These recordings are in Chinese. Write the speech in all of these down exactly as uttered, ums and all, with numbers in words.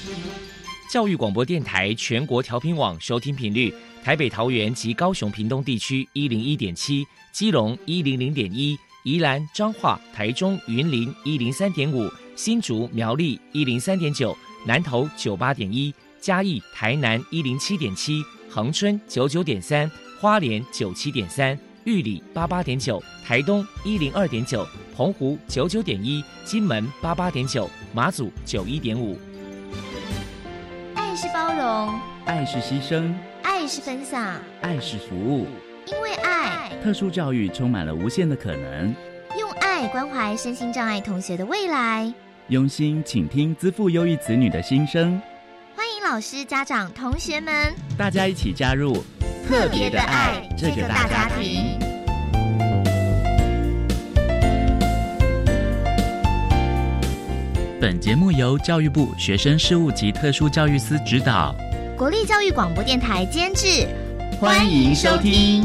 教育广播电台全国调频网收听频率：台北、桃园及高雄屏东地区一零一点七，基隆一零零点一，宜兰、彰化、台中、云林一零三点五，新竹、苗栗一零三点九，南投九八点一，嘉义、台南一零七点七，恒春九九点三，花莲九七点三，玉里八八点九，台东一零二点九，澎湖九九点一，金门八八点九，马祖九一点五。 爱是包容， 爱是牺牲， 爱是分享， 爱是服务。 因为爱， 特殊教育充满了无限的可能。 用爱关怀身心障碍同学的未来， 用心倾听资赋优异子女的心声。 欢迎老师、家长、同学们， 大家一起加入特别的爱这个大家庭。 本节目由教育部学生事务及特殊教育司指导， 国立教育广播电台监制。 欢迎收听。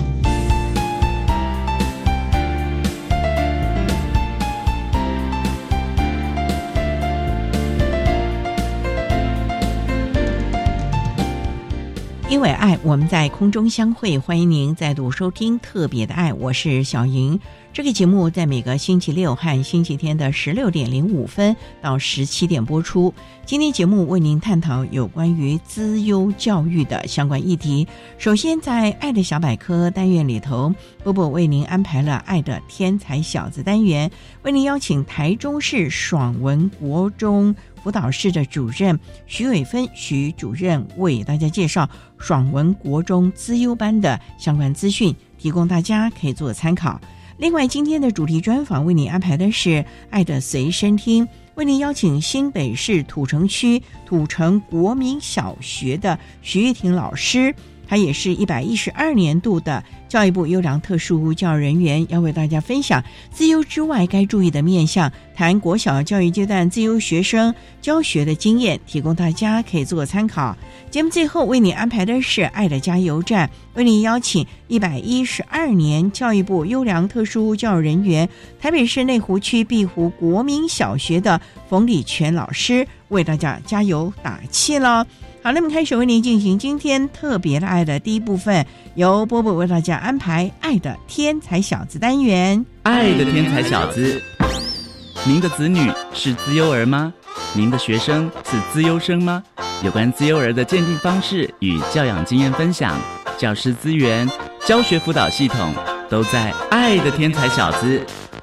因为爱，我们在空中相会，欢迎您再度收听特别的爱，我是小莹。这个节目在每个星期六和星期天的十六点零五分到十七点播出。今天节目为您探讨有关于资优教育的相关议题。首先，在爱的小百科单元里头，波波为您安排了爱的天才小子单元，为您邀请台中市爽文国中辅导室的主任徐伟芬徐主任为大家介绍爽文国中资优班的相关资讯，提供大家可以做参考。另外，今天的主题专访为你安排的是爱的随身听，为您邀请新北市土城区土城国民小学的徐玉婷老师，他也是一百一十二年度的教育部优良特殊教育人员，要为大家分享资优之外该注意的面向，谈国小教育阶段资优学生教学的经验，提供大家可以做参考。节目最后为你安排的是爱的加油站，为你邀请一百一十二年教育部优良特殊教育人员台北市内湖区碧湖国民小学的冯礼全老师为大家加油打气了。好，那么开始为您进行今天特别的爱的第一部分，由波波为大家安排爱的天才小子单元。 爱的天才小子，您的子女是资优儿吗？您的学生是资优生吗？有关资优儿的鉴定方式与教养经验分享，教师资源、教学辅导系统都在爱的天才小子。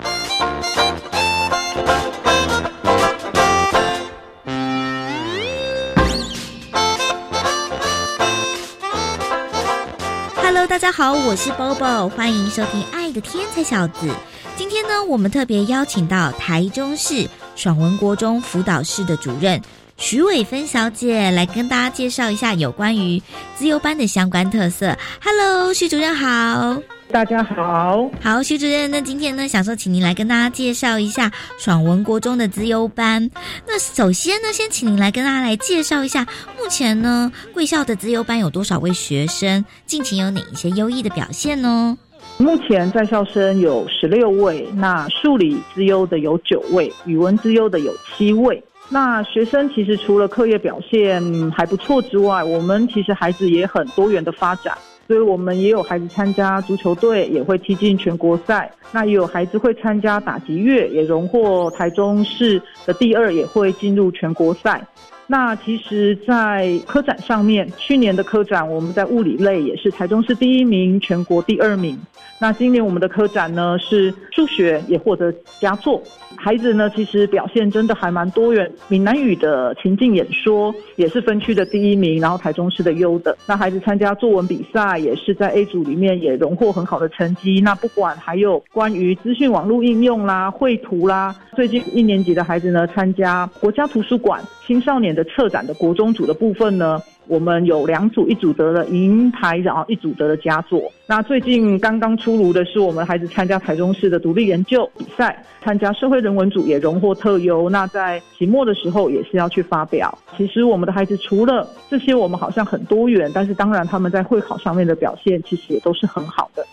Hello， 大家好，我是 Bobo， 欢迎收听《爱的天才小子》。今天呢，我们特别邀请到台中市爽文国中辅导室的主任徐伟芬小姐来跟大家介绍一下有关于资优班的相关特色。Hello， 徐主任好。 大家好。 好，徐主任，那今天呢，想说请您来跟大家介绍一下爽文国中的资优班。那首先呢，先请您来跟大家来介绍一下，目前呢，贵校的资优班有多少位学生？近期有哪一些优异的表现呢？ 目前在校生有十六位，那数理资优的有九位，语文资优的有七位。那学生其实除了课业表现还不错之外，我们其实孩子也很多元的发展，所以我们也有孩子参加足球队，也会踢进全国赛。那也有孩子会参加打击乐，也荣获台中市的第二，也会进入全国赛。那其实在科展上面，去年的科展我们在物理类也是台中市第一名，全国第二名。那今年我们的科展呢是数学也获得佳作，孩子呢其实表现真的还蛮多元，闽南语的情境演说也是分区的第一名，然后台中市的优的。那孩子参加作文比赛也是在 A 组里面也荣获很好的成绩。那不管还有关于资讯网络应用啦、绘图啦，最近一年级的孩子呢参加国家图书馆青少年的策展的国中组的部分呢，我们有两组，一组得了银牌，然后一组得了佳作。那最近刚刚出炉的是我们孩子参加台中市的独立研究比赛，参加社会人文组也荣获特优。那在期末的时候也是要去发表。其实我们的孩子除了这些我们好像很多元，但是当然他们在会考上面的表现其实也都是很好的。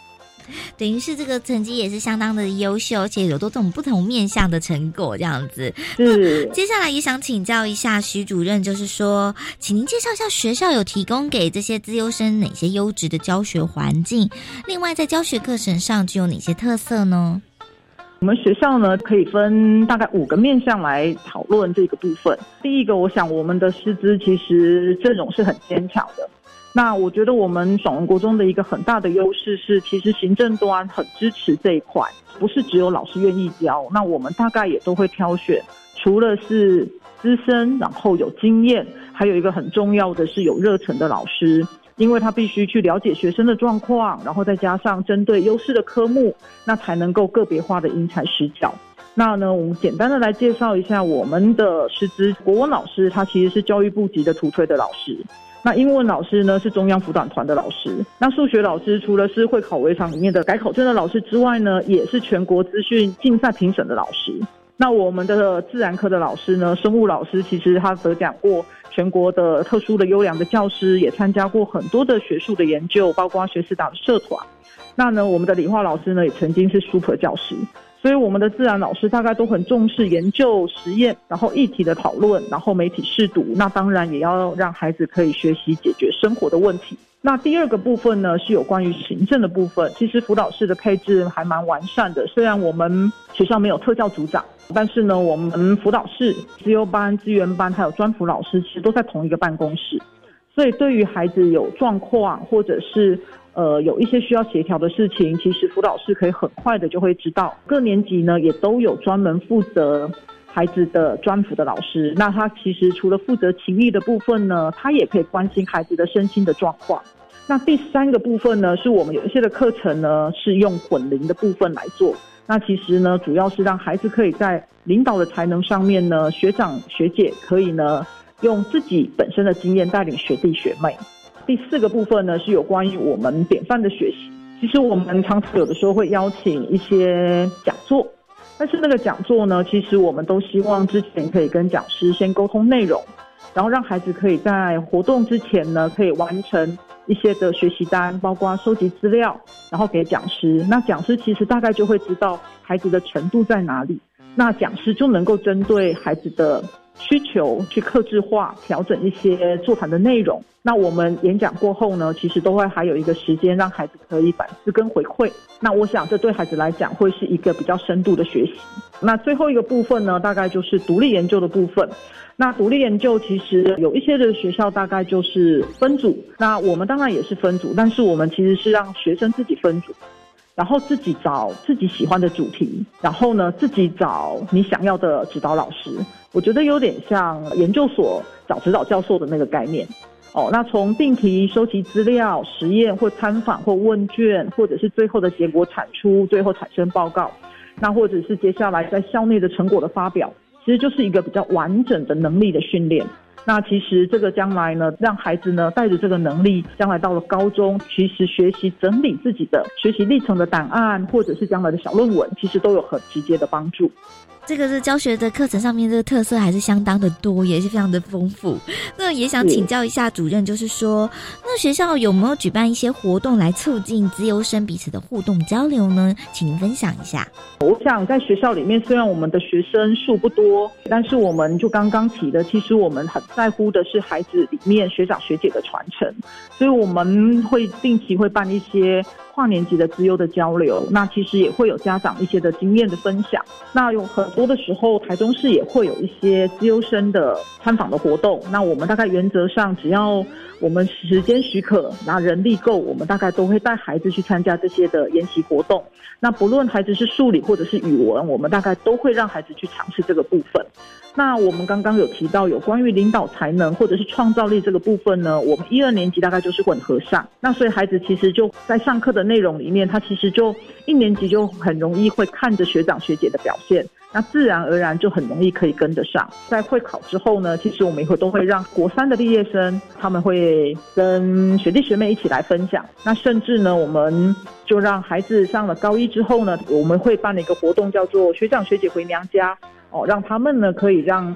等于是这个成绩也是相当的优秀，而且有多种不同面向的成果这样子。 是。 接下来也想请教一下徐主任，就是说，请您介绍一下学校有提供给这些资优生哪些优质的教学环境？另外，在教学课程上具有哪些特色呢？ 我们学校呢，可以分大概五个面向来讨论这个部分。第一个，我想我们的师资其实阵容是很坚强的。那我觉得我们爽文国中的一个很大的优势是，其实行政端很支持这一块，不是只有老师愿意教，那我们大概也都会挑选，除了是资深，然后有经验，还有一个很重要的是有热忱的老师。因为他必须去了解学生的状况，然后再加上针对优势的科目，那才能够个别化的因材施教。那呢，我们简单的来介绍一下我们的师资。国文老师他其实是教育部级的图推的老师，那英文老师呢是中央辅导团的老师，那数学老师除了是会考围场里面的改考卷的老师之外呢，也是全国资讯竞赛评审的老师。那我们的自然科的老师呢，生物老师其实他得奖过全国的特殊的优良的教师，也参加过很多的学术的研究，包括学士党的社团。那呢，我们的理化老师呢，也曾经是 super 教师。所以我们的自然老师大概都很重视研究实验，然后议题的讨论，然后媒体识读，那当然也要让孩子可以学习解决生活的问题。那第二个部分呢，是有关于行政的部分。其实辅导室的配置还蛮完善的，虽然我们学校没有特教组长，但是呢，我们辅导室、资优班、资源班还有专辅老师其实都在同一个办公室，所以对于孩子有状况或者是呃，有一些需要协调的事情，其实辅导室可以很快的就会知道。各年级呢也都有专门负责孩子的专辅的老师，那他其实除了负责情谊的部分呢，他也可以关心孩子的身心的状况。那第三个部分呢，是我们有一些的课程呢是用混龄的部分来做。那其实呢，主要是让孩子可以在领导的才能上面呢，学长学姐可以呢用自己本身的经验带领学弟学妹。第四个部分呢，是有关于我们典范的学习。其实我们常常有的时候会邀请一些讲座，但是那个讲座呢，其实我们都希望之前可以跟讲师先沟通内容，然后让孩子可以在活动之前呢，可以完成一些的学习单，包括收集资料，然后给讲师。那讲师其实大概就会知道孩子的程度在哪里，那讲师就能够针对孩子的需求去客制化调整一些座谈的内容。那我们演讲过后呢，其实都会还有一个时间让孩子可以反思跟回馈。那我想这对孩子来讲会是一个比较深度的学习。那最后一个部分呢，大概就是独立研究的部分。那独立研究其实有一些的学校大概就是分组，那我们当然也是分组，但是我们其实是让学生自己分组，然后自己找自己喜欢的主题，然后呢自己找你想要的指导老师。我觉得有点像研究所找指导教授的那个概念哦。那从定题、收集资料、实验或参访或问卷，或者是最后的结果产出，最后产生报告，那或者是接下来在校内的成果的发表，其实就是一个比较完整的能力的训练。那其实这个将来呢，让孩子呢带着这个能力，将来到了高中，其实学习整理自己的学习历程的档案，或者是将来的小论文，其实都有很直接的帮助。 这个是教学的课程上面，这个特色还是相当的多，也是非常的丰富。那也想请教一下主任，就是说，那学校有没有举办一些活动来促进资优生彼此的互动交流呢？请您分享一下。 我想在学校里面，虽然我们的学生数不多，但是我们就刚刚提的，其实我们很在乎的是孩子里面学长学姐的传承，所以我们会定期会办一些跨年级的资优的交流，那其实也会有家长一些的经验的分享。那有很多的时候，台中市也会有一些资优生的参访的活动。那我们大概原则上，只要我们时间许可，那人力够，我们大概都会带孩子去参加这些的研习活动。那不论孩子是数理或者是语文，我们大概都会让孩子去尝试这个部分。那我们刚刚有提到有关于领导才能或者是创造力这个部分呢，我们一二年级大概就是混合上，那所以孩子其实就在上课的内容里面，他其实就一年级就很容易会看着学长学姐的表现，那自然而然就很容易可以跟得上。在会考之后呢，其实我们以后都会让国三的毕业生，他们会跟学弟学妹一起来分享。那甚至呢，我们就让孩子上了高一之后呢，我们会办了一个活动叫做学长学姐回娘家哦，让他们呢可以让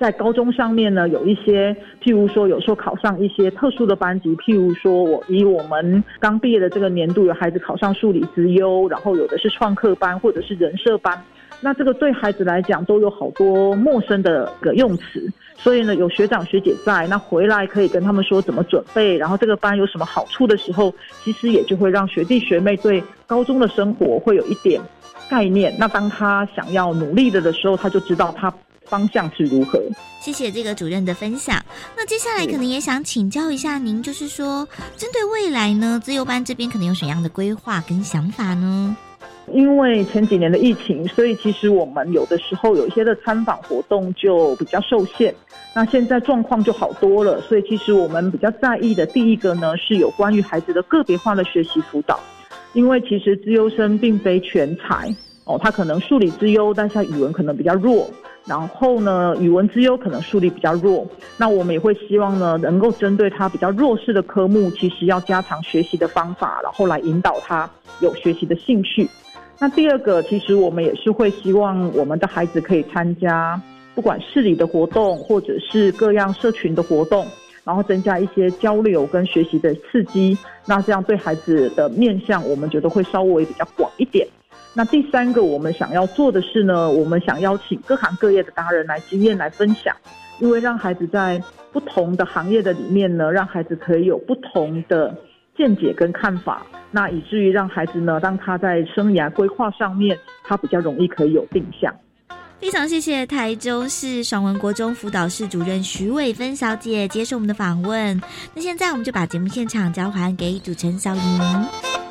在高中上面呢，有一些譬如说有时候考上一些特殊的班级，譬如说我以我们刚毕业的这个年度，有孩子考上数理资优，然后有的是创客班或者是人社班，那这个对孩子来讲都有好多陌生的个用词，所以呢有学长学姐在，那回来可以跟他们说怎么准备，然后这个班有什么好处的时候，其实也就会让学弟学妹对高中的生活会有一点概念，那当他想要努力的的时候，他就知道他方向是如何。 谢谢这个主任的分享。那接下来可能也想请教一下您，就是说针对未来呢，资优班这边可能有什么样的规划跟想法呢？ 因为前几年的疫情，所以其实我们有的时候有一些的参访活动就比较受限，那现在状况就好多了，所以其实我们比较在意的第一个呢，是有关于孩子的个别化的学习辅导。因为其实资优生并非全才哦，他可能数理资优，但是他语文可能比较弱，然后呢语文资优可能数理比较弱，那我们也会希望呢能够针对他比较弱势的科目，其实要加强学习的方法，然后来引导他有学习的兴趣。那第二个，其实我们也是会希望我们的孩子可以参加不管市里的活动或者是各样社群的活动，然后增加一些交流跟学习的刺激，那这样对孩子的面向我们觉得会稍微比较广一点。那第三个我们想要做的是呢，我们想邀请各行各业的达人来经验来分享，因为让孩子在不同的行业的里面呢，让孩子可以有不同的见解跟看法，那以至于让孩子呢，当他在生涯规划上面，他比较容易可以有定向。 非常谢谢台中市爽文国中辅导室主任徐伟芬小姐接受我们的访问。那现在我们就把节目现场交还给主持人小莹。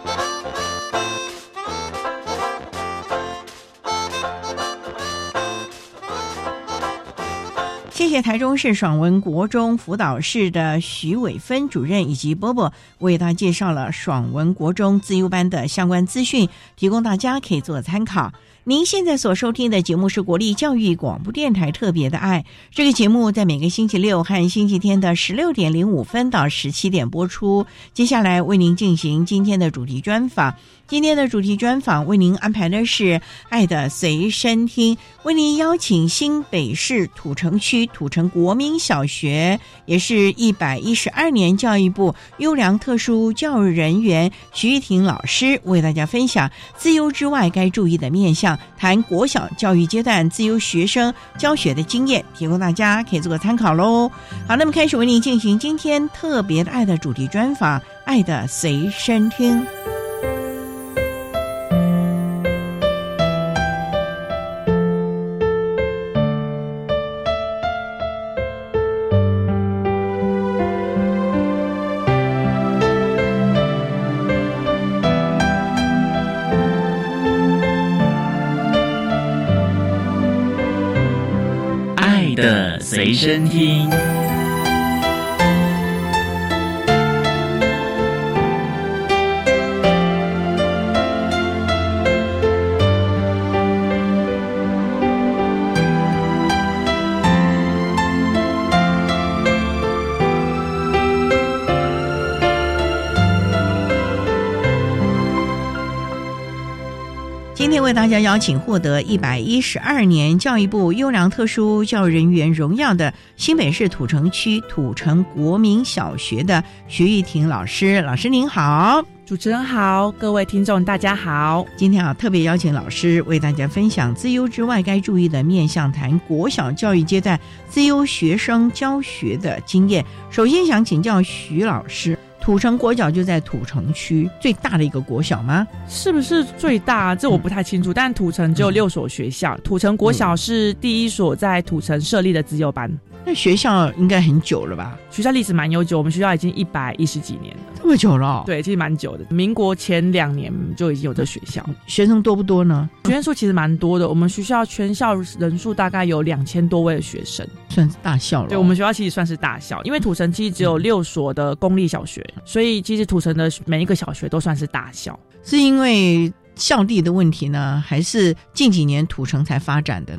谢谢台中市爽文国中辅导室的徐伟芬主任以及波波为大家介绍了爽文国中资优班的相关资讯，提供大家可以做参考。您现在所收听的节目是国立教育广播电台特别的爱，这个节目在每个星期六和星期天的十六点零五分到十七点播出。接下来为您进行今天的主题专访，今天的主题专访为您安排的是爱的随身听，为您邀请新北市土城区土城国民小学，也是一百一十二年教育部优良特殊教育人员徐玉婷老师为大家分享资优之外该注意的面向，谈国小教育阶段资优学生教学的经验，提供大家可以做个参考咯。好，那么开始为您进行今天特别的爱的主题专访，爱的随身听。 的随身听。 今天为大家邀请获得一百一十二年教育部优良特殊教育人员荣耀的新北市土城区土城国民小学的徐玉婷老师。老师您好。 主持人好，各位听众大家好。 今天啊，特别邀请老师为大家分享资优之外该注意的面向，谈国小教育阶段资优学生教学的经验。首先想请教徐老师，土城国小就在土城区最大的一个国小吗？ 是不是最大？这我不太清楚。嗯、但土城只有六所学校，土城国小是第一所在土城设立的资优班。 那学校应该很久了吧？ 学校历史蛮悠久，我们学校已经一百一十几年了。 这么久了、哦？ 对，其实蛮久的。民国前两年就已经有这学校。 学生多不多呢？ 学生数其实蛮多的，我们学校全校人数大概有两千多位的学生， 算是大校了、哦。 对，我们学校其实算是大校，因为土城其实只有六所的公立小学，所以其实土城的每一个小学都算是大校。 是因为校地的问题呢，还是近几年土城才发展的呢？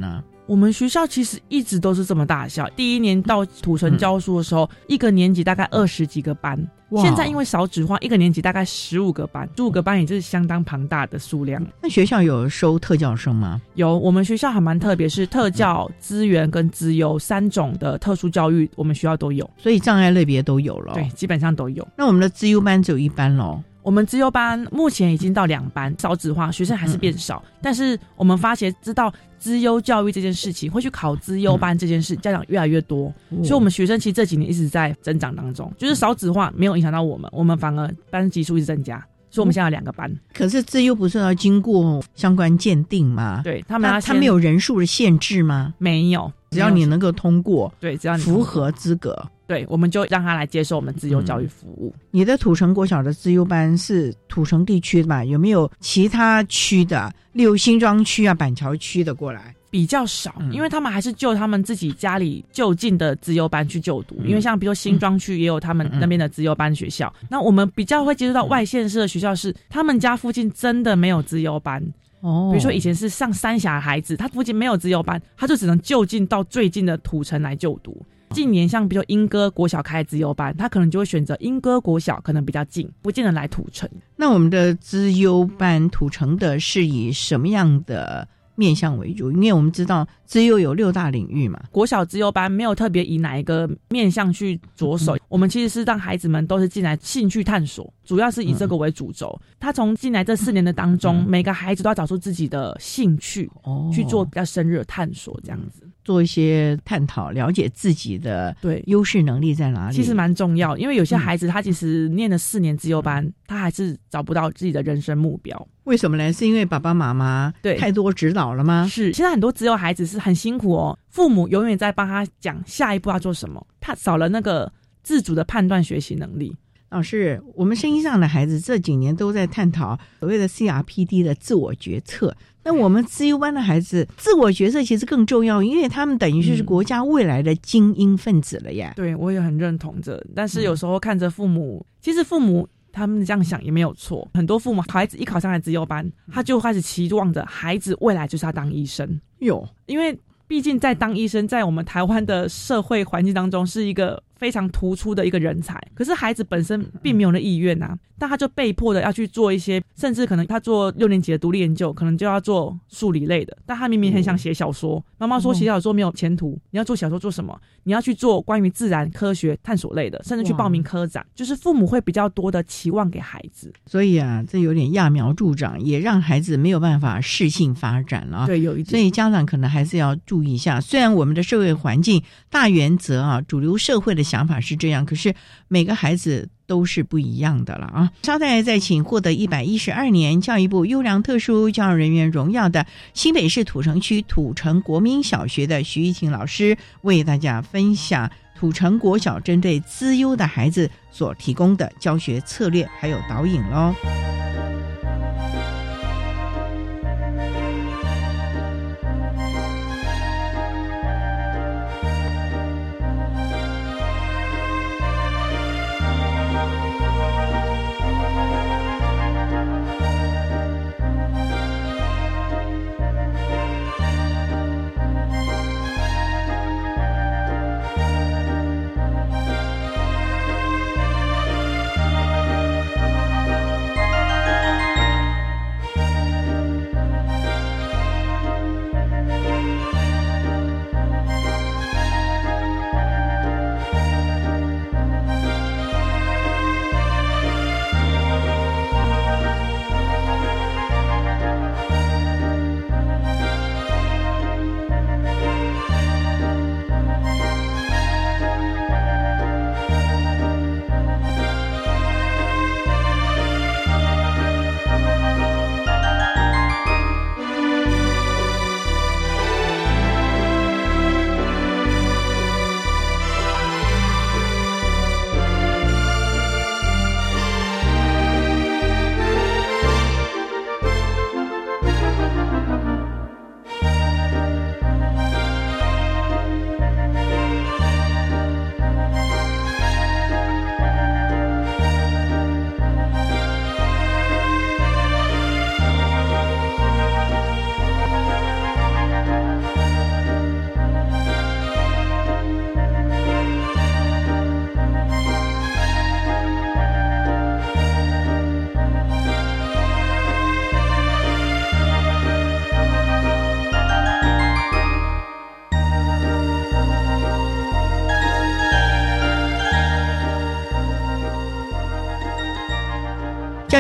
我们学校其实一直都是这么大小，第一年到土城教书的时候，嗯、一个年级大概二十几个班，现在因为少子化，一个年级大概十五个班，十五个班也就是相当庞大的数量。 那学校有收特教生吗？ 有，我们学校还蛮特别，是特教、资源跟资优三种的特殊教育，我们学校都有， 所以障碍类别都有了。 对，基本上都有。 那我们的资优班只有一班咯。 我们资优班目前已经到两班，少子化，学生还是变少，嗯、但是我们发现知道资优教育这件事情，会去考资优班这件事，嗯、家长越来越多，嗯、所以我们学生其实这几年一直在增长当中，就是少子化没有影响到我们，我们反而班级数一直增加。所以我们现在有两个班， 可是资优不是要经过相关鉴定吗？ 对，他们要他们有人数的限制吗？ 没有， 只要你能够通过， 对，只要你符合资格， 对，我们就让他来接受我们资优教育服务。 嗯、你的土城国小的资优班是土城地区的吧？有没有其他区的，例如新庄区啊、板桥区的过来？ 比较少，因为他们还是就他们自己家里就近的资优班去就读，嗯、因为像比如说新庄区也有他们那边的资优班学校，嗯、那我们比较会接触到外县市的学校是他们家附近真的没有资优班。哦，比如说以前是上三峡的孩子，他附近没有资优班，他就只能就近到最近的土城来就读。近年像比如说莺歌国小开资优班，他可能就会选择莺歌国小，可能比较近，不见得来土城。 那我们的资优班土城的是以什么样的面向为主？因为我们知道资优有六大领域嘛， 国小资优班没有特别以哪一个面向去着手，嗯、我们其实是让孩子们都是进来兴趣探索，主要是以这个为主轴。嗯、他从进来这四年的当中，嗯、每个孩子都要找出自己的兴趣，哦、去做比较深入的探索，这样子。 做一些探讨，了解自己的对优势能力在哪里， 其实蛮重要。因为有些孩子他其实念了四年资优班，嗯、他还是找不到自己的人生目标。 为什么呢？是因为爸爸妈妈对太多指导了吗？ 是，现在很多资优孩子是很辛苦哦，父母永远在帮他讲下一步要做什么，他少了那个自主的判断学习能力。 老师，我们声音上的孩子这几年都在探讨所谓的 C R P D 的自我决策。那我们资优班的孩子自我决策其实更重要，因为他们等于是国家未来的精英分子了呀。 嗯、对，我也很认同这，但是有时候看着父母，嗯、其实父母他们这样想也没有错。很多父母孩子一考上来资优班，他就开始期望着孩子未来就是要当医生。 有， 因为毕竟在当医生，在我们台湾的社会环境当中是一个非常突出的一个人才，可是孩子本身并没有那意愿啊，但他就被迫的要去做一些，甚至可能他做六年级的独立研究，可能就要做数理类的，但他明明很想写小说，妈妈说写小说没有前途，你要做小说做什么？你要去做关于自然科学探索类的，甚至去报名科展，就是父母会比较多的期望给孩子。 所以啊，这有点揠苗助长，也让孩子没有办法适性发展了。 对，有一点。 所以家长可能还是要注意一下，虽然我们的社会环境大原则啊，主流社会的想法是这样，可是每个孩子都是不一样的了啊！稍待再请获得一百一十二年教育部优良特殊教育人员荣耀的新北市土城区土城国民小学的徐玉琴老师，为大家分享土城国小针对资优的孩子所提供的教学策略还有导引咯。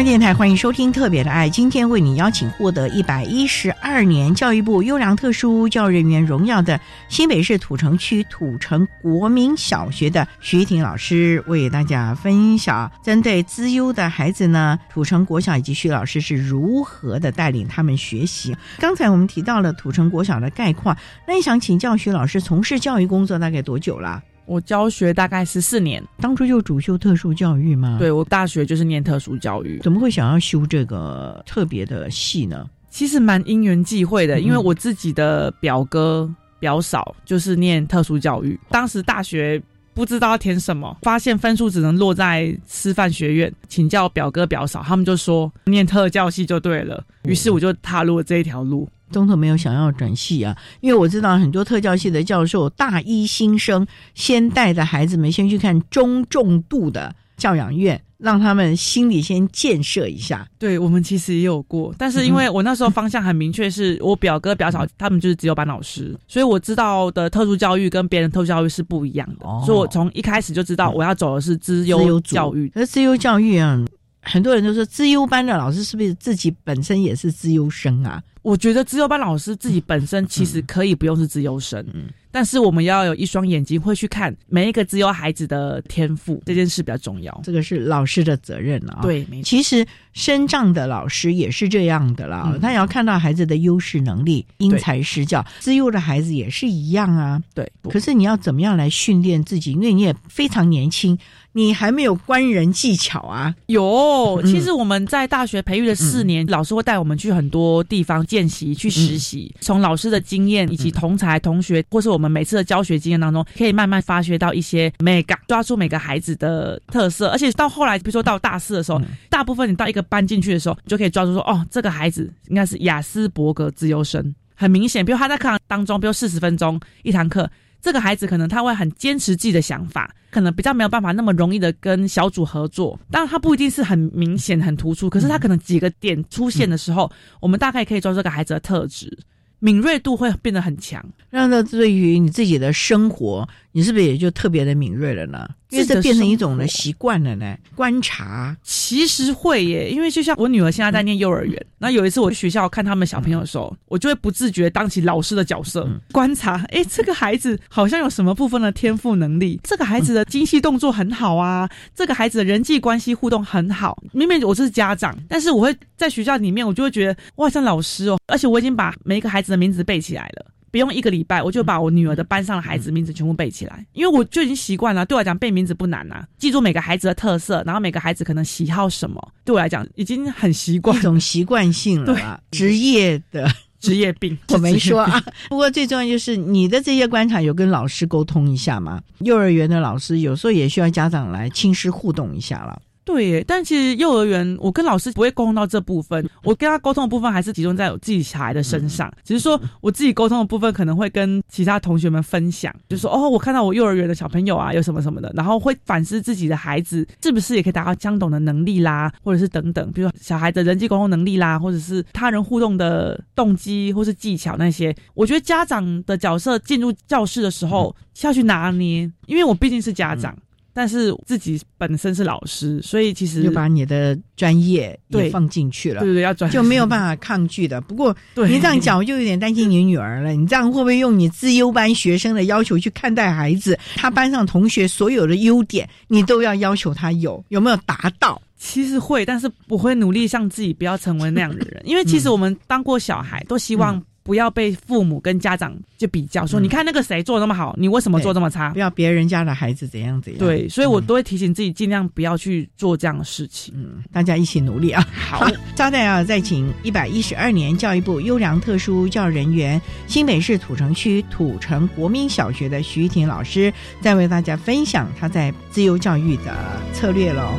央电台欢迎收听特别的爱，今天为你邀请获得一百一十二年教育部优良特殊教育人员荣耀的新北市土城区土城国民小学的徐婷老师，为大家分享针对资优的孩子呢，土城国小以及徐老师是如何的带领他们学习。刚才我们提到了土城国小的概况，那你想请教徐老师，从事教育工作大概多久了？ 我教学大概十四年， 当初就主修特殊教育吗？ 对，我大学就是念特殊教育。 怎么会想要修这个特别的系呢？ 其实蛮因缘际会的，因为我自己的表哥表嫂就是念特殊教育，当时大学不知道要填什么，发现分数只能落在师范学院，请教表哥表嫂，他们就说念特教系就对了，于是我就踏入了这一条路。 中途没有想要转系啊，因为我知道很多特教系的教授大一新生先带着孩子们先去看中重度的教养院，让他们心里先建设一下。 对，我们其实也有过，但是因为我那时候方向很明确，是我表哥表嫂他们就是资优班老师，所以我知道的特殊教育跟别人特殊教育是不一样的、哦、所以我从一开始就知道我要走的是资优教育。 可是资优教育啊，很多人都说资优班的老师是不是自己本身也是资优生啊？ 我觉得资优班老师自己本身其实可以不用是资优生、嗯、但是我们要有一双眼睛会去看每一个资优孩子的天赋，这件事比较重要， 这个是老师的责任啊。 对，没错。 其实身障的老师也是这样的啦、嗯、他也要看到孩子的优势能力，因材施教。资优的孩子也是一样啊。 对， 可是你要怎么样来训练自己，因为你也非常年轻，你还没有观人技巧啊。 有，其实我们在大学培育的四年、嗯、老师会带我们去很多地方见习去实习、嗯、从老师的经验以及同才同学、嗯、或是我们每次的教学经验当中，可以慢慢发掘到一些美感，抓住每个孩子的特色。而且到后来比如说到大四的时候、嗯、大部分你到一个班进去的时候，你就可以抓住说，哦，这个孩子应该是亚斯伯格资优生，很明显。比如他在课堂当中，比如四十分钟一堂课，这个孩子可能他会很坚持自己的想法，可能比较没有办法那么容易的跟小组合作。当然他不一定是很明显很突出，可是他可能几个点出现的时候、嗯、我们大概可以抓住这个孩子的特质，敏锐度会变得很强， 让他对于你自己的生活，你是不是也就特别的敏锐了呢？因为这变成一种的习惯了呢，观察。 其实会耶，因为就像我女儿现在在念幼儿园，那、嗯、有一次我去学校看他们小朋友的时候、嗯、我就会不自觉当起老师的角色、嗯、观察，诶，这个孩子好像有什么部分的天赋能力，这个孩子的精细动作很好啊、嗯、这个孩子的人际关系互动很好。明明我是家长，但是我会在学校里面我就会觉得哇，像老师哦，而且我已经把每一个孩子的名字背起来了，不用一个礼拜我就把我女儿的班上的孩子名字全部背起来，因为我就已经习惯了，对我来讲背名字不难啊，记住每个孩子的特色，然后每个孩子可能喜好什么，对我来讲已经很习惯， 一种习惯性了啦，职业的职业病我没说啊。不过最重要就是你的这些观察有跟老师沟通一下嘛，幼儿园的老师有时候也需要家长来亲师互动一下了。 对耶，但其实幼儿园我跟老师不会沟通到这部分，我跟他沟通的部分还是集中在我自己小孩的身上、嗯、只是说我自己沟通的部分可能会跟其他同学们分享，就是说哦，我看到我幼儿园的小朋友啊有什么什么的，然后会反思自己的孩子是不是也可以达到相同的能力啦，或者是等等，比如说小孩的人际沟通能力啦，或者是他人互动的动机或是技巧那些，我觉得家长的角色进入教室的时候、嗯、要去拿捏，因为我毕竟是家长、嗯，但是自己本身是老师，所以其实就把你的专业也放进去了， 对对对，要专业就没有办法抗拒的。不过你这样讲，我就有点担心你女儿了。你这样会不会用你资优班学生的要求去看待孩子？他班上同学所有的优点，你都要要求他有，有没有达到？ 其实会，但是我会努力让自己不要成为那样的人，因为其实我们当过小孩，都希望、嗯。不要被父母跟家长就比较说、嗯、你看那个谁做得那么好，你为什么做这么差， 不要别人家的孩子怎样怎样。 对，所以我都会提醒自己尽量不要去做这样的事情。 嗯，大家一起努力啊。好，招待啊，再请一百一十二年教育部优良特殊教育人员新北市土城区土城国民小学的徐婷老师，再为大家分享他在资优教育的策略咯。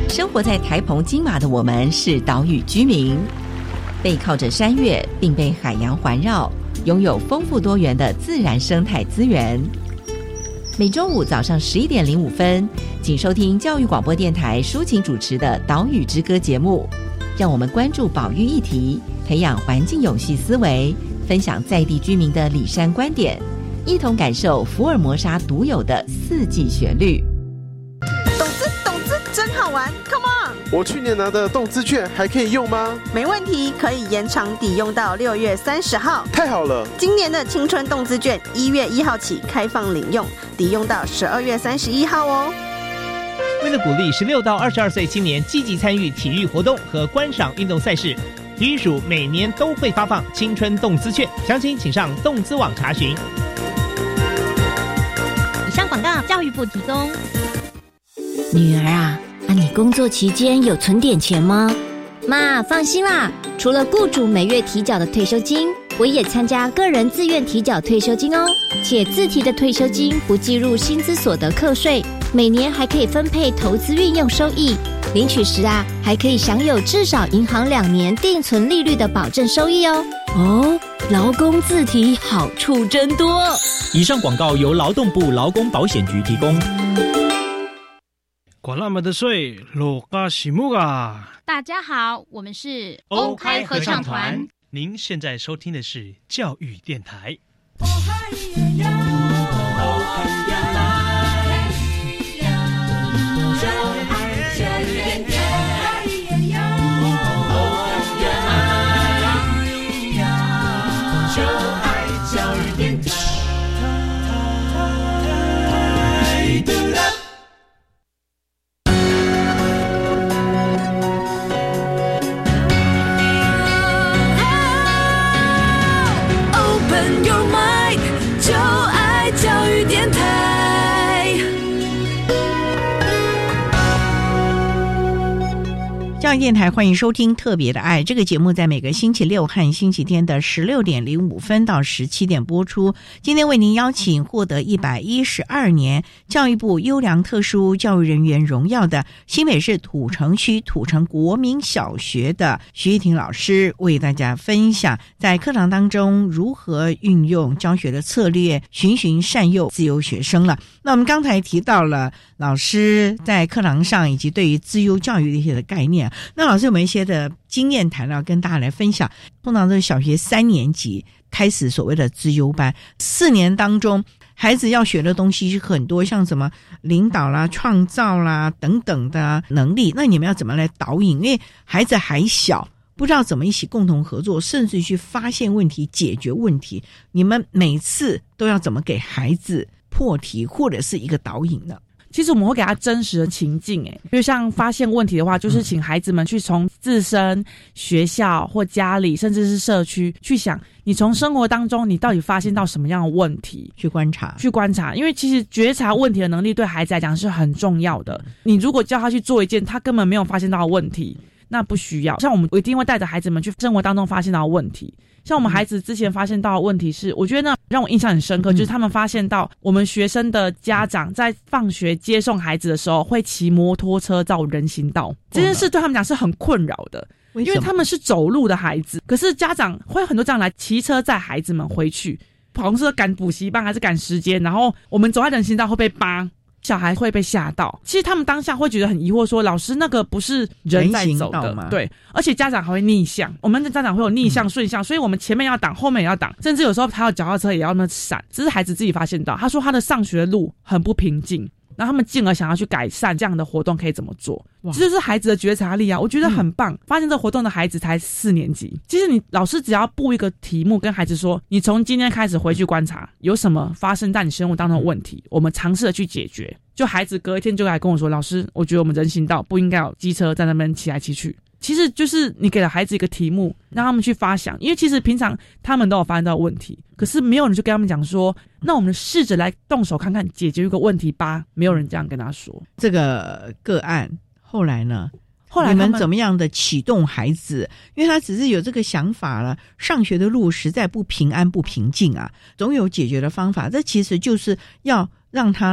生活在台澎金马的我们是岛屿居民，背靠着山岳并被海洋环绕，拥有丰富多元的自然生态资源。每周五早上十一点零五分，请收听教育广播电台抒情主持的《岛屿之歌》节目，让我们关注保育议题，培养环境永续思维，分享在地居民的里山观点，一同感受福尔摩沙独有的四季旋律。 懂资懂资真好玩 ，Come on！ 我去年拿的动资券还可以用吗？ 没问题，可以延长抵用到六月三十号。 太好了！ 今年的青春动资券一月一号起开放领用，抵用到十二月三十一号哦。 为了鼓励十六到二十二岁青年积极参与体育活动和观赏运动赛事，体育署每年都会发放青春动资券，详情请上动资网查询。 以上广告教育部提供。 女儿啊，啊你工作期间有存点钱吗？ 妈，放心啦，除了雇主每月提缴的退休金，我也参加个人自愿提缴退休金哦，且自提的退休金不计入薪资所得课税，每年还可以分配投资运用收益，领取时啊还可以享有至少银行两年定存利率的保证收益哦。 哦，劳工自提好处真多。 以上广告由劳动部劳工保险局提供。 管那么的税，罗嘎西木啊！ 大家好，我们是欧开合唱团。您现在收听的是教育电台。 教育电台欢迎收听特别的爱这个节目，在每个星期六和星期天的十六点零五分到十七点播出。今天为您邀请获得一百一十二年教育部优良特殊教育人员荣耀的新北市土城区土城国民小学的徐玉婷老师，为大家分享在课堂当中如何运用教学的策略，循循善诱自由学生了。那我们刚才提到了老师在课堂上以及对于自由教育的一些的概念，那老师有没有一些的经验谈到跟大家来分享？通常都是小学三年级开始所谓的资优班，四年当中孩子要学的东西是很多，像什么领导啦、创造啦等等的能力，那你们要怎么来导引？因为孩子还小，不知道怎么一起共同合作，甚至去发现问题、解决问题，你们每次都要怎么给孩子破题或者是一个导引呢？ 其实我们会给他真实的情境，诶，就像发现问题的话，就是请孩子们去从自身、学校或家里，甚至是社区去想，你从生活当中你到底发现到什么样的问题， 去观察， 去观察。因为其实觉察问题的能力对孩子来讲是很重要的。你如果叫他去做一件他根本没有发现到的问题，那不需要。像我们我一定会带着孩子们去生活当中发现到的问题。像我们孩子之前发现到的问题是，我觉得呢让我印象很深刻，就是他们发现到我们学生的家长在放学接送孩子的时候会骑摩托车到人行道，这件事对他们讲是很困扰的，因为他们是走路的孩子，可是家长会有很多这样来骑车载孩子们回去，好像是赶补习班还是赶时间，然后我们走在人行道会被扒，小孩会被吓到。其实他们当下会觉得很疑惑说，老师那个不是人在走的，对，而且家长还会逆向，我们的家长会有逆向、嗯、顺向，所以我们前面要挡，后面也要挡，甚至有时候他有脚踏车也要那闪。这是孩子自己发现到，他说他的上学路很不平静，然后他们进而想要去改善这样的活动可以怎么做，这就是孩子的觉察力啊，我觉得很棒、嗯、发现这活动的孩子才四年级，其实你老师只要布一个题目跟孩子说，你从今天开始回去观察有什么发生在你生活当中的问题，我们尝试的去解决，就孩子隔一天就来跟我说，老师我觉得我们人行道不应该有机车在那边骑来骑去。其实就是你给了孩子一个题目让他们去发想，因为其实平常他们都有发现到问题，可是没有人去跟他们讲说，那我们试着来动手看看解决一个问题吧，没有人这样跟他说。 这个个案后来呢，后来你们怎么样的启动孩子？因为他只是有这个想法了，上学的路实在不平安不平静啊，总有解决的方法，这其实就是要让他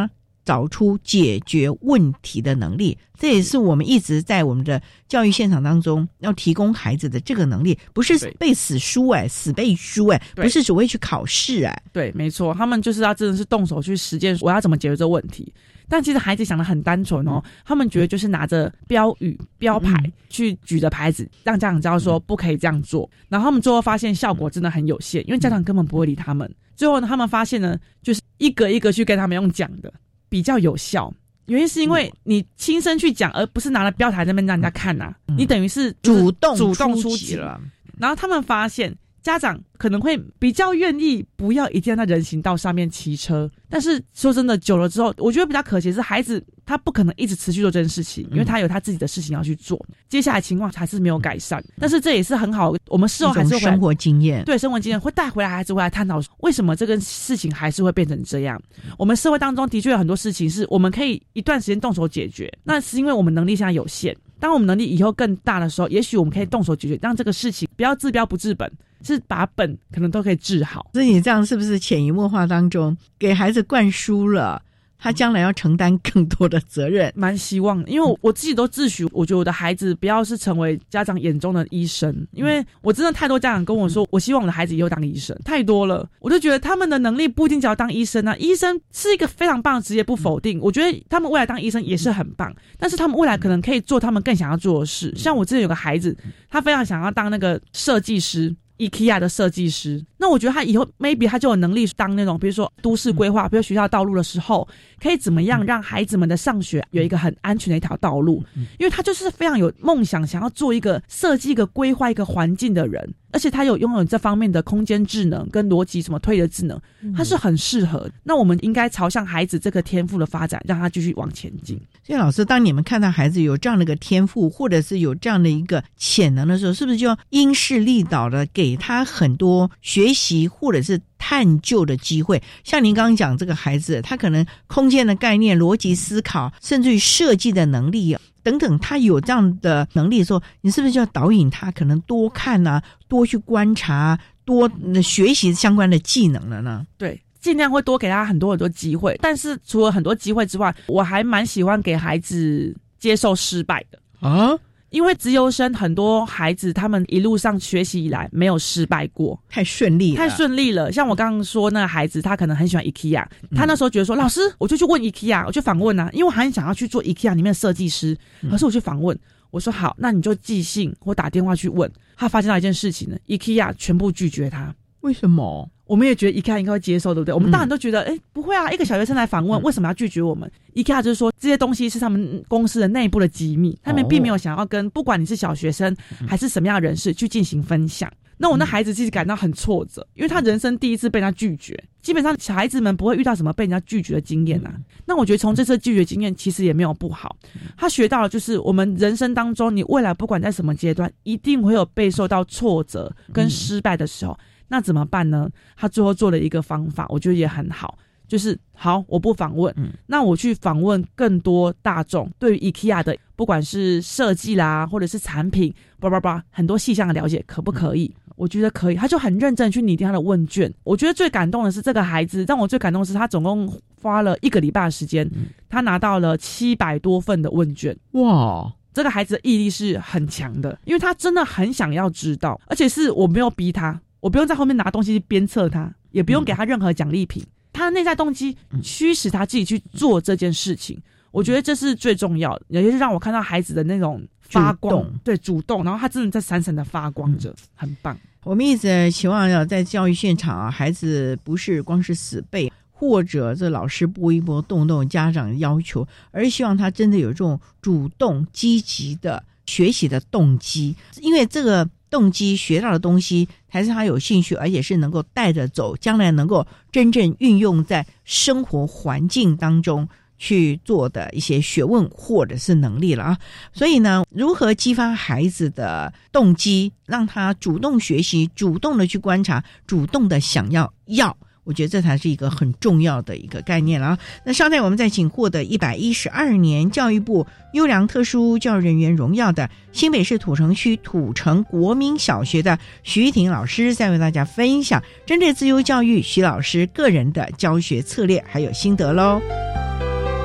找出解决问题的能力，这也是我们一直在我们的教育现场当中要提供孩子的这个能力，不是背死书哎，死背书哎，不是只会去考试哎。 对，没错，他们就是要真的是动手去实践，我要怎么解决这个问题。但其实孩子想得很单纯哦，他们觉得就是拿着标语标牌、嗯、去举着牌子让家长知道说不可以这样做，然后他们最后发现效果真的很有限，因为家长根本不会理他们。最后呢，他们发现呢，就是一个一个去跟他们用讲的比较有效，原因是因为你亲身去讲，而不是拿了标牌在那边让人家看啊，嗯、你等于是主动主动出击了。然后他们发现家长可能会比较愿意不要一定要在人行道上面骑车，但是说真的久了之后，我觉得比较可惜的是孩子他不可能一直持续做这件事情，因为他有他自己的事情要去做，接下来情况还是没有改善。但是这也是很好，我们事后还是会生活经验， 对生活经验会带回来，孩子会来探讨为什么这个事情还是会变成这样。我们社会当中的确有很多事情是我们可以一段时间动手解决，那是因为我们能力现在有限，当我们能力以后更大的时候，也许我们可以动手解决，让这个事情不要治标不治本，是把本可能都可以治好。 所以你这样是不是潜移默化当中给孩子灌输了他将来要承担更多的责任？ 蛮希望，因为 我, 我自己都自诩，我觉得我的孩子不要是成为家长眼中的医生，因为我真的太多家长跟我说，我希望我的孩子以后当医生，太多了。我就觉得他们的能力不一定只要当医生啊，医生是一个非常棒的职业，不否定。我觉得他们未来当医生也是很棒，但是他们未来可能可以做他们更想要做的事。像我之前有个孩子，他非常想要当那个设计师。IKEA 的设计师，那我觉得他以后 maybe 他就有能力当那种比如说都市规划，比如学校道路的时候可以怎么样让孩子们的上学有一个很安全的一条道路，因为他就是非常有梦想，想要做一个设计一个规划一个环境的人，而且他有拥有这方面的空间智能跟逻辑什么推理的智能，他是很适合。那我们应该朝向孩子这个天赋的发展，让他继续往前进。 所以老师，当你们看到孩子有这样的一个天赋，或者是有这样的一个潜能的时候，是不是就要因势利导的给他很多学习或者是探究的机会？像您刚刚讲这个孩子，他可能空间的概念、逻辑思考，甚至于设计的能力等等，他有这样的能力的时候，你是不是就要导引他可能多看啊，多去观察，多学习相关的技能了呢？ 对，尽量会多给他很多很多机会。但是除了很多机会之外，我还蛮喜欢给孩子接受失败的啊。因为资优生很多孩子他们一路上学习以来没有失败过， 太顺利了太顺利了。像我刚刚说那个孩子，他可能很喜欢 IKEA， 他那时候觉得说、嗯、老师我就去问 IKEA， 我去访问啊，因为我很想要去做 IKEA 里面的设计师，可是我去访问，我说好，那你就寄信或打电话去问。他发现到一件事情呢， IKEA 全部拒绝他。 为什么？ 我们也觉得 IKEA 应该会接受，对不对？我们当然都觉得，哎、嗯，不会啊，一个小学生来访问，为什么要拒绝我们、嗯、？IKEA 就是说这些东西是他们公司的内部的机密，他们并没有想要跟不管你是小学生还是什么样的人士去进行分享。那我那孩子其实感到很挫折，因为他人生第一次被他拒绝。基本上小孩子们不会遇到什么被人家拒绝的经验啊。那我觉得从这次拒绝经验其实也没有不好，他学到了就是我们人生当中，你未来不管在什么阶段，一定会有备受到挫折跟失败的时候。那怎么办呢？他最后做了一个方法，我觉得也很好，就是好，我不访问、嗯，那我去访问更多大众对于 IKEA 的，不管是设计啦，或者是产品，叭叭叭，很多细项的了解，可不可以？嗯、我觉得可以，他就很认真去拟定他的问卷。我觉得最感动的是这个孩子，让我最感动的是他总共花了一个礼拜的时间，嗯、他拿到了七百多份的问卷，哇！这个孩子的毅力是很强的，因为他真的很想要知道，而且是我没有逼他。我不用在后面拿东西鞭策他，也不用给他任何奖励品、嗯、他的内在动机驱使他自己去做这件事情、嗯、我觉得这是最重要的，也就是让我看到孩子的那种发光，对，主动，然后他真的在闪闪的发光着、嗯、很棒。 我们一直期望要在教育现场啊，孩子不是光是死背，或者这老师拨一拨动动家长的要求，而是希望他真的有这种主动积极的学习的动机，因为这个动机学到的东西还是他有兴趣，而且是能够带着走，将来能够真正运用在生活环境当中去做的一些学问或者是能力了啊。所以呢，如何激发孩子的动机，让他主动学习，主动的去观察，主动的想要要，我觉得这才是一个很重要的一个概念了啊。那稍待我们再请获得一百一十二年教育部优良特殊教育人员荣耀的新北市土城区土城国民小学的徐玉婷老师，再为大家分享针对自由教育徐老师个人的教学策略还有心得咯。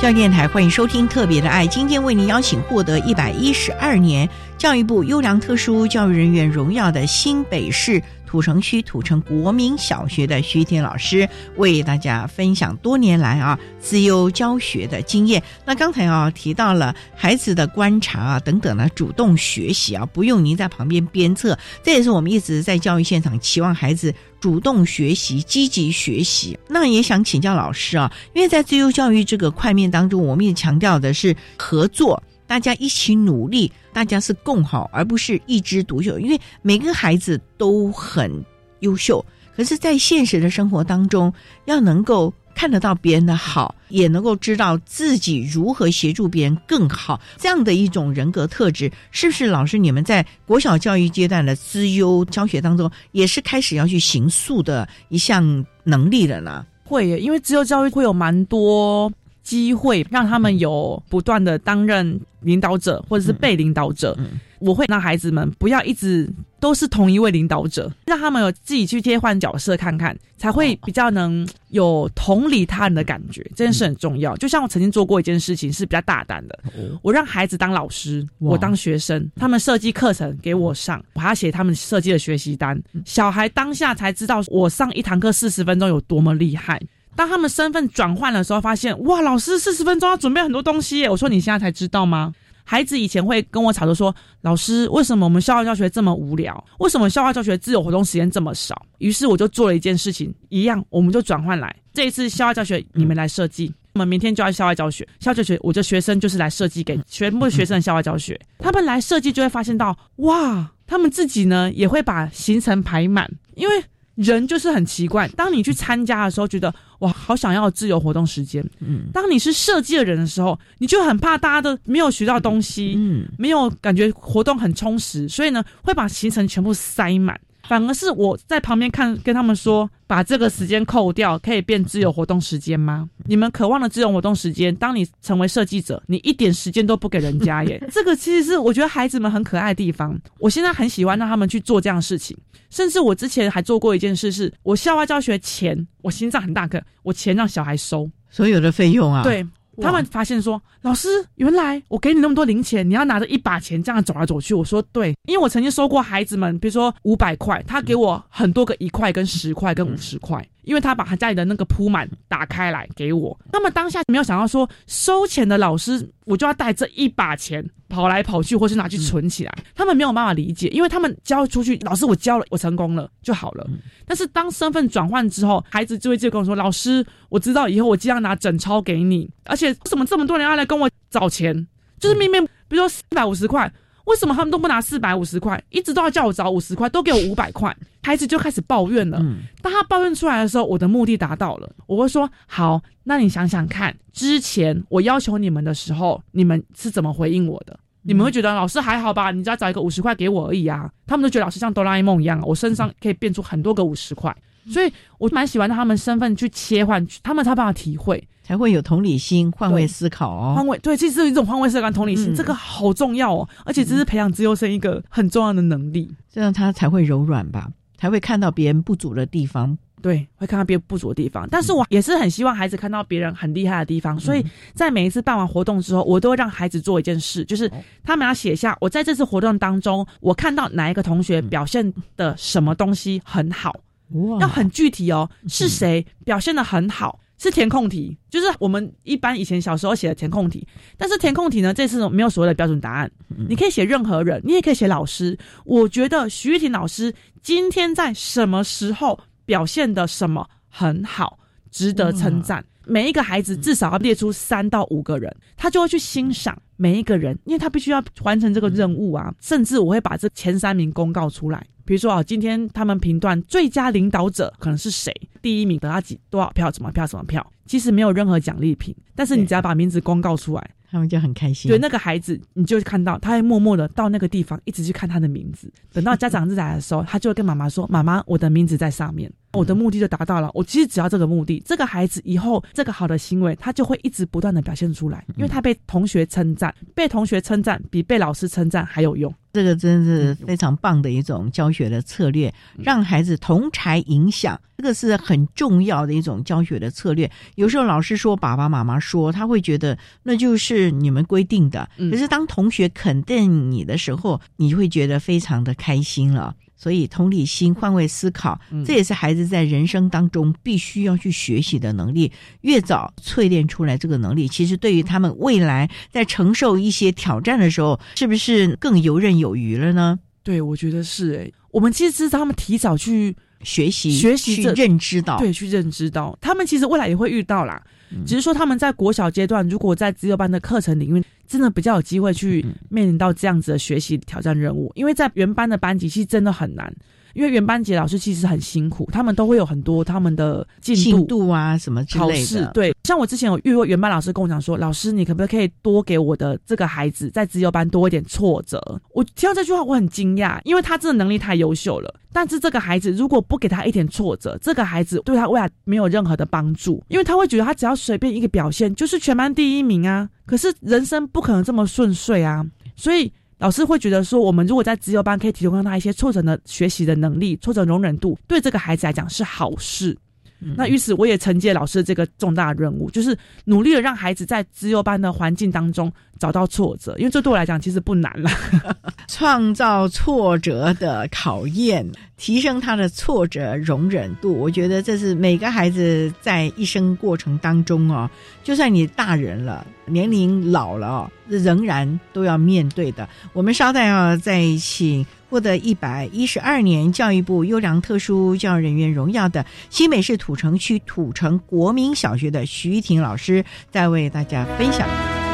教育电台，欢迎收听特别的爱。今天为您邀请获得一百一十二年教育部优良特殊教育人员荣耀的新北市土城区土城国民小学的徐天老师，为大家分享多年来啊资优教学的经验。那刚才啊提到了孩子的观察啊等等呢，主动学习啊，不用您在旁边鞭策，这也是我们一直在教育现场期望孩子主动学习、积极学习。那也想请教老师啊，因为在资优教育这个块面当中，我们也强调的是合作，大家一起努力，大家是共好，而不是一枝独秀。因为每个孩子都很优秀，可是在现实的生活当中，要能够看得到别人的好，也能够知道自己如何协助别人更好，这样的一种人格特质，是不是老师你们在国小教育阶段的资优教学当中，也是开始要去形塑的一项能力了呢？ 会耶，因为资优教育会有蛮多机会让他们有不断的担任领导者或者是被领导者、嗯嗯、我会让孩子们不要一直都是同一位领导者，让他们有自己去切换角色看看，才会比较能有同理他人的感觉，这件事很重要、嗯、就像我曾经做过一件事情是比较大胆的、哦、我让孩子当老师，我当学生，他们设计课程给我上，我还要写他们设计的学习单，小孩当下才知道我上一堂课四十分钟有多么厉害。当他们身份转换的时候，发现哇，老师四十分钟要准备很多东西耶。我说你现在才知道吗？孩子以前会跟我吵着说，老师为什么我们校外教学这么无聊？为什么校外教学自由活动时间这么少？于是我就做了一件事情，一样我们就转换来，这一次校外教学你们来设计、嗯、我们明天就要校外教学，校外教学我的学生就是来设计给全部学生的校外教学，他们来设计就会发现到哇，他们自己呢也会把行程排满，因为人就是很奇怪，当你去参加的时候觉得哇好想要自由活动时间，嗯，当你是设计的人的时候，你就很怕大家都没有学到东西，嗯，没有感觉活动很充实，所以呢会把行程全部塞满。反而是我在旁边看，跟他们说把这个时间扣掉，可以变自由活动时间吗？你们渴望的自由活动时间，当你成为设计者，你一点时间都不给人家耶。这个其实是我觉得孩子们很可爱的地方，我现在很喜欢让他们去做这样的事情。甚至我之前还做过一件事，是我校外教学前，我心脏很大颗，我钱让小孩收所有的费用啊。 对，他们发现说，老师原来我给你那么多零钱，你要拿着一把钱这样走来走去。我说对，因为我曾经收过孩子们比如说五百块，他给我很多个一块跟十块跟五十块，因为他把他家里的那个铺满打开来给我。那么当下没有想到说，收钱的老师我就要带这一把钱跑来跑去，或是拿去存起来、嗯、他们没有办法理解，因为他们交出去，老师我交了，我成功了就好了、嗯、但是当身份转换之后，孩子就会直接跟我说，老师我知道以后我尽量拿整钞给你，而且为什么这么多人要来跟我找钱，就是明明比如说四百五十块，为什么他们都不拿四百五十块，一直都要叫我找五十块，都给我五百块，孩子就开始抱怨了、嗯、当他抱怨出来的时候，我的目的达到了，我会说好，那你想想看，之前我要求你们的时候，你们是怎么回应我的？你们会觉得老师还好吧，你只要找一个五十块给我而已啊。他们都觉得老师像哆啦 A 梦一样，我身上可以变出很多个五十块，所以我蛮喜欢让他们身份去切换，他们才办法体会， 才会有同理心，换位思考哦。 换位，对，其实是一种换位思考跟同理心、嗯、这个好重要哦，而且这是培养资优生一个很重要的能力， 这样他才会柔软吧，才会看到别人不足的地方。 对，会看到别人不足的地方，但是我也是很希望孩子看到别人很厉害的地方、嗯、所以在每一次办完活动之后，我都会让孩子做一件事，就是他们要写下我在这次活动当中我看到哪一个同学表现的什么东西很好、嗯、要很具体哦，是谁表现的很好，是填空题，就是我们一般以前小时候写的填空题，但是填空题呢，这次没有所谓的标准答案、嗯、你可以写任何人，你也可以写老师。我觉得徐玉婷老师今天在什么时候表现的什么很好，值得称赞、嗯、每一个孩子至少要列出三到五个人，他就会去欣赏每一个人，因为他必须要完成这个任务啊。甚至我会把这前三名公告出来，比如说啊，今天他们评断最佳领导者可能是谁，第一名得到几多少票，什么票什么票，其实没有任何奖励品，但是你只要把名字公告出来， 他们就很开心。 对，那个孩子你就看到他会默默的到那个地方一直去看他的名字，等到家长日来的时候他就会跟妈妈说，妈妈我的名字在上面，我的目的就达到了，我其实只要这个目的，这个孩子以后这个好的行为他就会一直不断的表现出来，因为他被同学称赞，被同学称赞比被老师称赞还有用。 这个真是非常棒的一种教学的策略，让孩子同侪影响，这个是很重要的一种教学的策略。有时候老师说，爸爸妈妈说，他会觉得那就是你们规定的，可是当同学肯定你的时候，你会觉得非常的开心了。所以同理心、换位思考，这也是孩子在人生当中必须要去学习的能力。越早淬炼出来这个能力，其实对于他们未来在承受一些挑战的时候，是不是更游刃有余了呢？ 对，我觉得是诶、欸。我们其实知道他们提早去学习、 学习、 去认知到， 对，去认知到，他们其实未来也会遇到啦。嗯、只是说他们在国小阶段，如果在资优班的课程领域，真的比较有机会去面临到这样子的学习挑战任务，因为在原班的班级其实真的很难。因为原班级的老师其实很辛苦，他们都会有很多他们的进度、 进度啊什么之类的。 考试对，像我之前有遇过原班老师跟我讲说，老师你可不可以多给我的这个孩子在资优班多一点挫折？我听到这句话我很惊讶，因为他真的能力太优秀了，但是这个孩子如果不给他一点挫折，这个孩子对他未来没有任何的帮助，因为他会觉得他只要随便一个表现就是全班第一名啊，可是人生不可能这么顺遂啊，所以老师会觉得说，我们如果在资优班可以提供他一些挫折的学习的能力、挫折容忍度，对这个孩子来讲是好事。嗯、那于是我也承接老师的这个重大的任务，就是努力的让孩子在资优班的环境当中找到挫折，因为这对我来讲其实不难了。 创造挫折的考验，提升他的挫折容忍度，我觉得这是每个孩子在一生过程当中哦，就算你大人了，年龄老了哦，仍然都要面对的。我们稍待要再请获得一百一十二年教育部优良特殊教育人员荣耀的新北市土城区土城国民小学的徐玉婷老师，再为大家分享。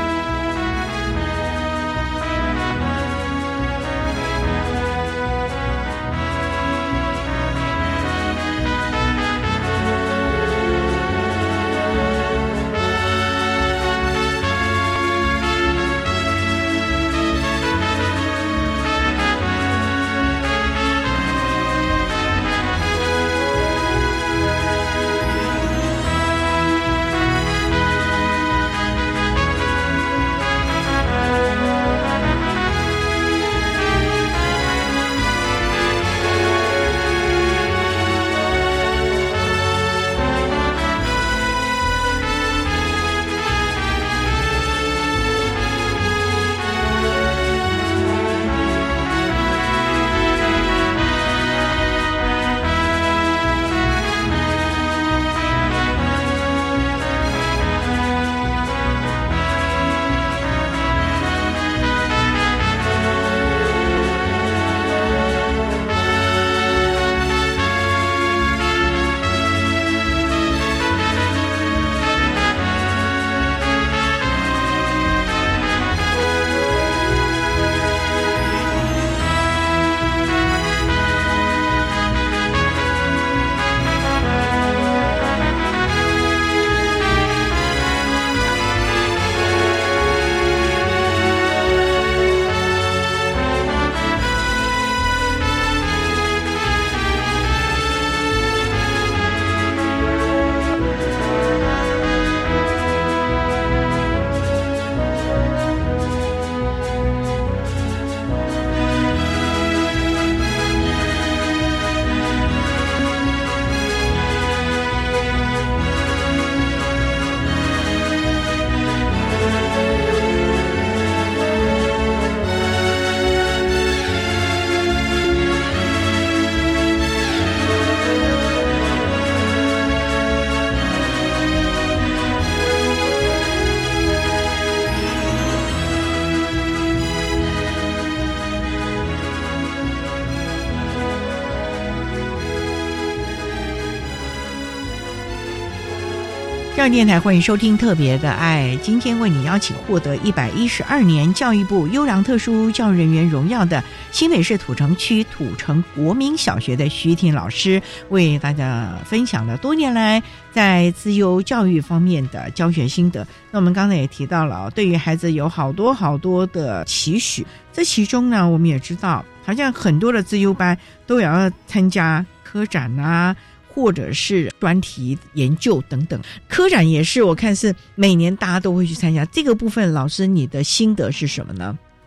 教育电台欢迎收听特别的爱，今天为你邀请获得一百一十二年教育部优良特殊教育人员荣耀的新北市土城区土城国民小学的徐婷老师，为大家分享了多年来在资优教育方面的教学心得。那我们刚才也提到了，对于孩子有好多好多的期许，这其中呢，我们也知道好像很多的资优班都要参加科展啊，或者是专题研究等等。科展也是我看是每年大家都会去参加，这个部分老师你的心得是什么呢？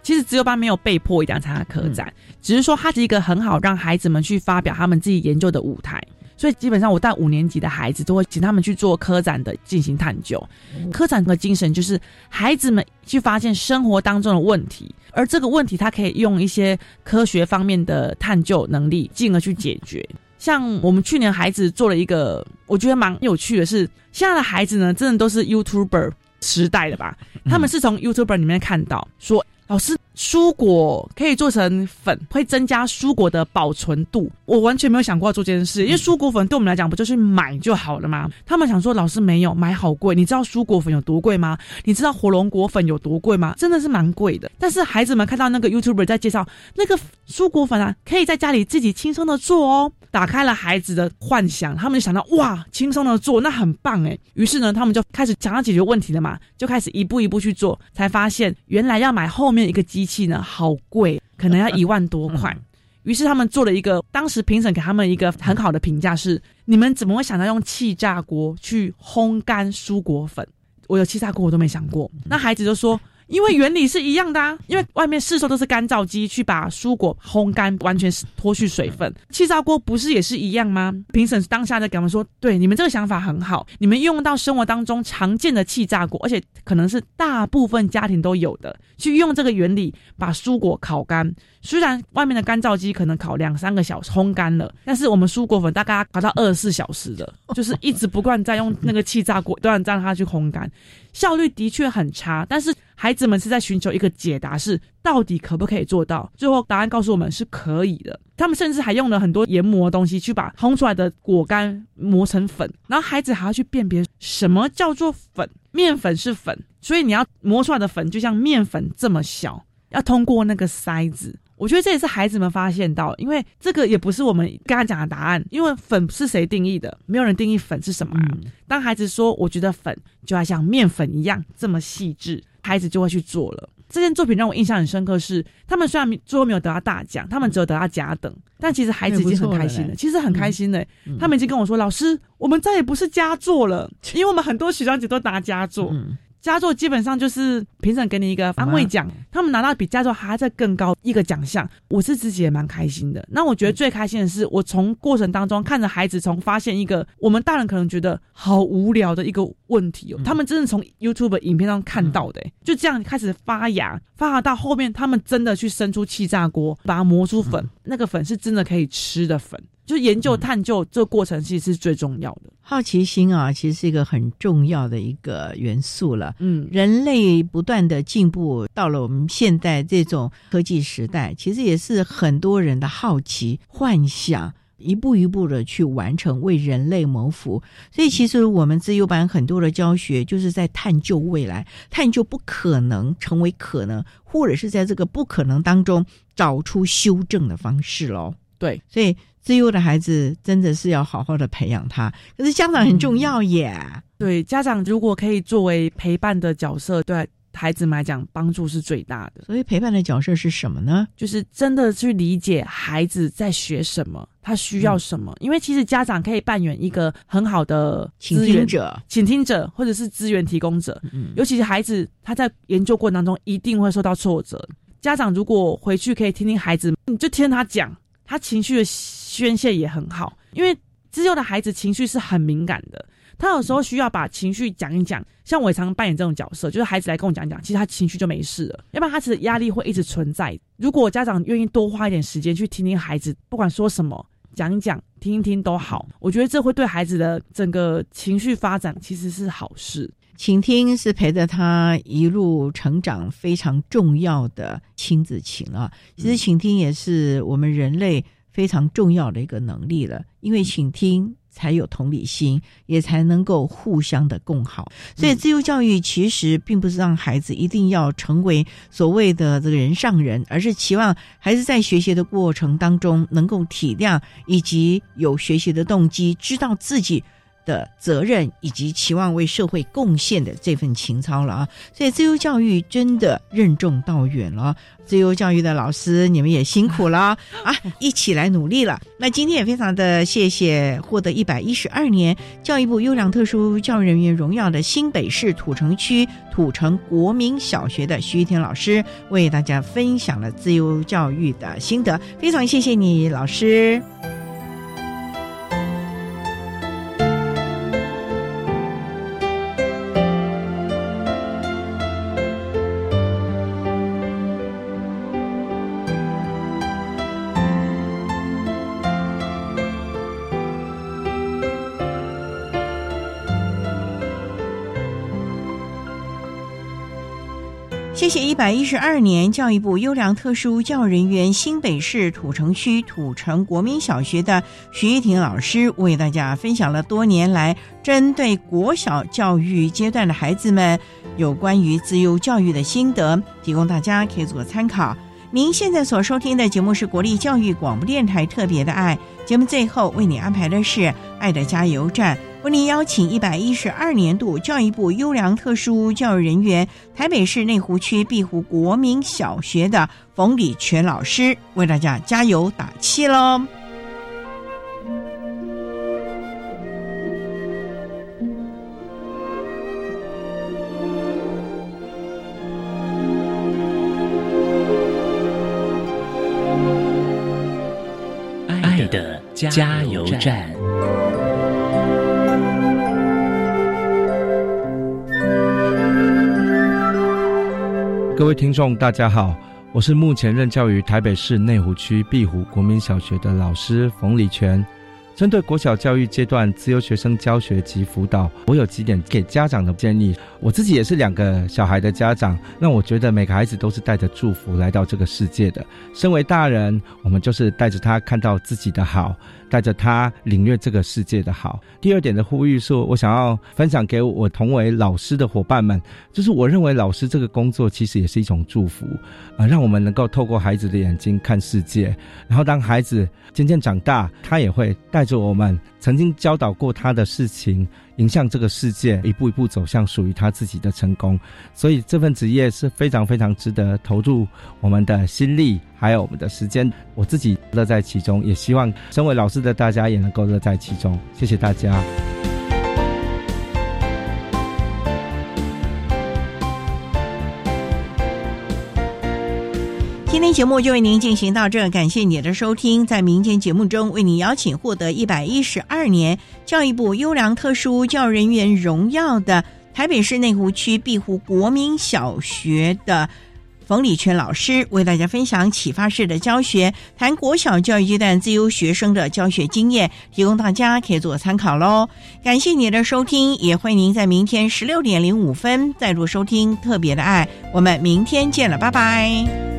其实资优班没有被迫一定要参加科展，嗯、只是说它是一个很好让孩子们去发表他们自己研究的舞台。所以基本上我带五年级的孩子都会请他们去做科展的进行探究。嗯、科展的精神就是孩子们去发现生活当中的问题，而这个问题他可以用一些科学方面的探究能力进而去解决。像我们去年孩子做了一个我觉得蛮有趣的是，现在的孩子呢真的都是 YouTuber 时代的吧，他们是从 YouTuber 里面看到说，老师蔬果可以做成粉，会增加蔬果的保存度。我完全没有想过要做这件事，因为蔬果粉对我们来讲不就是买就好了吗？他们想说，老师没有买好贵，你知道蔬果粉有多贵吗？你知道火龙果粉有多贵吗？真的是蛮贵的。但是孩子们看到那个 YouTuber 在介绍那个蔬果粉啊，可以在家里自己轻松的做哦，打开了孩子的幻想，他们就想到哇，轻松的做那很棒诶。于是呢，他们就开始想要解决问题了嘛，就开始一步一步去做，才发现原来要买后面一个机器呢好贵，可能要一万多块。于是他们做了一个，当时评审给他们一个很好的评价是：你们怎么会想到用气炸锅去烘干蔬果粉？我有气炸锅我都没想过。那孩子就说，因为原理是一样的啊，因为外面市售都是干燥机去把蔬果烘干，完全脱去水分，气炸锅不是也是一样吗？评审当下就给他们说，对，你们这个想法很好，你们用到生活当中常见的气炸锅，而且可能是大部分家庭都有的，去用这个原理把蔬果烤干。虽然外面的干燥机可能烤两三个小时烘干了，但是我们蔬果粉大概烤到二十四小时的，就是一直不断在用那个气炸锅，不断让它去烘干，效率的确很差。但是孩子们是在寻求一个解答，是到底可不可以做到？最后答案告诉我们是可以的。他们甚至还用了很多研磨的东西去把烘出来的果干磨成粉，然后孩子还要去辨别什么叫做粉，面粉是粉，所以你要磨出来的粉就像面粉这么小，要通过那个筛子。我觉得这也是孩子们发现到，因为这个也不是我们刚才讲的答案，因为粉是谁定义的？没有人定义粉是什么啊。嗯、当孩子说我觉得粉就要像面粉一样这么细致，孩子就会去做了。这件作品让我印象很深刻是，他们虽然最后没有得到大奖，他们只有得到甲等，但其实孩子已经很开心了，其实很开心了。嗯、他们已经跟我说，老师，我们再也不是佳作了，因为我们很多学长姐都拿佳作。嗯佳作基本上就是评审给你一个安慰奖，他们拿到比佳作还在更高一个奖项，我是自己也蛮开心的。那我觉得最开心的是，我从过程当中看着孩子从发现一个我们大人可能觉得好无聊的一个问题哦，嗯、他们真的从 YouTube 影片上看到的，嗯、就这样开始发芽，发芽到后面他们真的去生出气炸锅，把它磨出粉，嗯、那个粉是真的可以吃的粉。就研究探究这个过程其实是最重要的。 好奇心啊，其实是一个很重要的一个元素了。嗯，人类不断的进步，到了我们现在这种科技时代，其实也是很多人的好奇、幻想，一步一步的去完成，为人类谋福。所以其实我们资优班很多的教学就是在探究未来，探究不可能成为可能，或者是在这个不可能当中找出修正的方式咯。对，所以资优的孩子真的是要好好的培养他，可是家长很重要耶。嗯、 对，家长如果可以作为陪伴的角色，对孩子们来讲帮助是最大的。 所以陪伴的角色是什么呢？ 就是真的去理解孩子在学什么，他需要什么。嗯、因为其实家长可以扮演一个很好的倾听者、倾听者或者是资源提供者。嗯、尤其是孩子他在研究过程当中一定会受到挫折，家长如果回去可以听听孩子，你就听他讲。他情绪的宣泄也很好，因为资优的孩子情绪是很敏感的，他有时候需要把情绪讲一讲。像我也常扮演这种角色，就是孩子来跟我讲讲，其实他情绪就没事了，要不然他其实压力会一直存在。如果家长愿意多花一点时间去听听孩子，不管说什么，讲一讲，听一听都好，我觉得这会对孩子的整个情绪发展其实是好事。 倾听是陪着他一路成长非常重要的亲子情啊。其实倾听也是我们人类非常重要的一个能力了，因为倾听才有同理心，也才能够互相的共好。所以资优教育其实并不是让孩子一定要成为所谓的这个人上人，而是期望孩子在学习的过程当中能够体谅以及有学习的动机，知道自己的责任以及期望为社会贡献的这份情操了啊！所以资优教育真的任重道远了。资优教育的老师，你们也辛苦了啊！一起来努力了。那今天也非常的谢谢获得一百一十二年教育部优良特殊教育人员荣耀的新北市土城区土城国民小学的徐玉田老师，为大家分享了资优教育的心得，非常谢谢你，老师。谢谢一百一十二年教育部优良特殊教育人员新北市土城区土城国民小学的徐玉婷老师，为大家分享了多年来针对国小教育阶段的孩子们有关于资优教育的心得，提供大家可以做参考。您现在所收听的节目是国立教育广播电台特别的爱节目，最后为你安排的是爱的加油站，为您邀请一百一十二年度教育部优良特殊教育人员台北市内湖区碧湖国民小学的冯礼全老师，为大家加油打气喽。 爱的加油站。 各位听众大家好，我是目前任教于台北市内湖区碧湖国民小学的老师冯礼全。针对国小教育阶段资优学生教学及辅导，我有几点给家长的建议。我自己也是两个小孩的家长，那我觉得每个孩子都是带着祝福来到这个世界的。身为大人，我们就是带着他看到自己的好，带着他领略这个世界的好。第二点的呼吁是，我想要分享给我同为老师的伙伴们，就是我认为老师这个工作其实也是一种祝福，呃，让我们能够透过孩子的眼睛看世界，然后当孩子渐渐长大，他也会带着我们曾经教导过他的事情，迎向这个世界，一步一步走向属于他自己的成功。所以这份职业是非常非常值得投入我们的心力还有我们的时间，我自己乐在其中，也希望身为老师的大家也能够乐在其中。谢谢大家。 今天节目就为您进行到这，感谢你的收听。在明天节目中，为您邀请获得一百一十二年教育部优良特殊教育人员荣耀的台北市内湖区碧湖国民小学的冯礼全老师，为大家分享启发式的教学，谈国小教育阶段资优学生的教学经验，提供大家可以做参考咯。感谢你的收听，也欢迎您在明天十六点零五分再度收听特别的爱。我们明天见了，拜拜。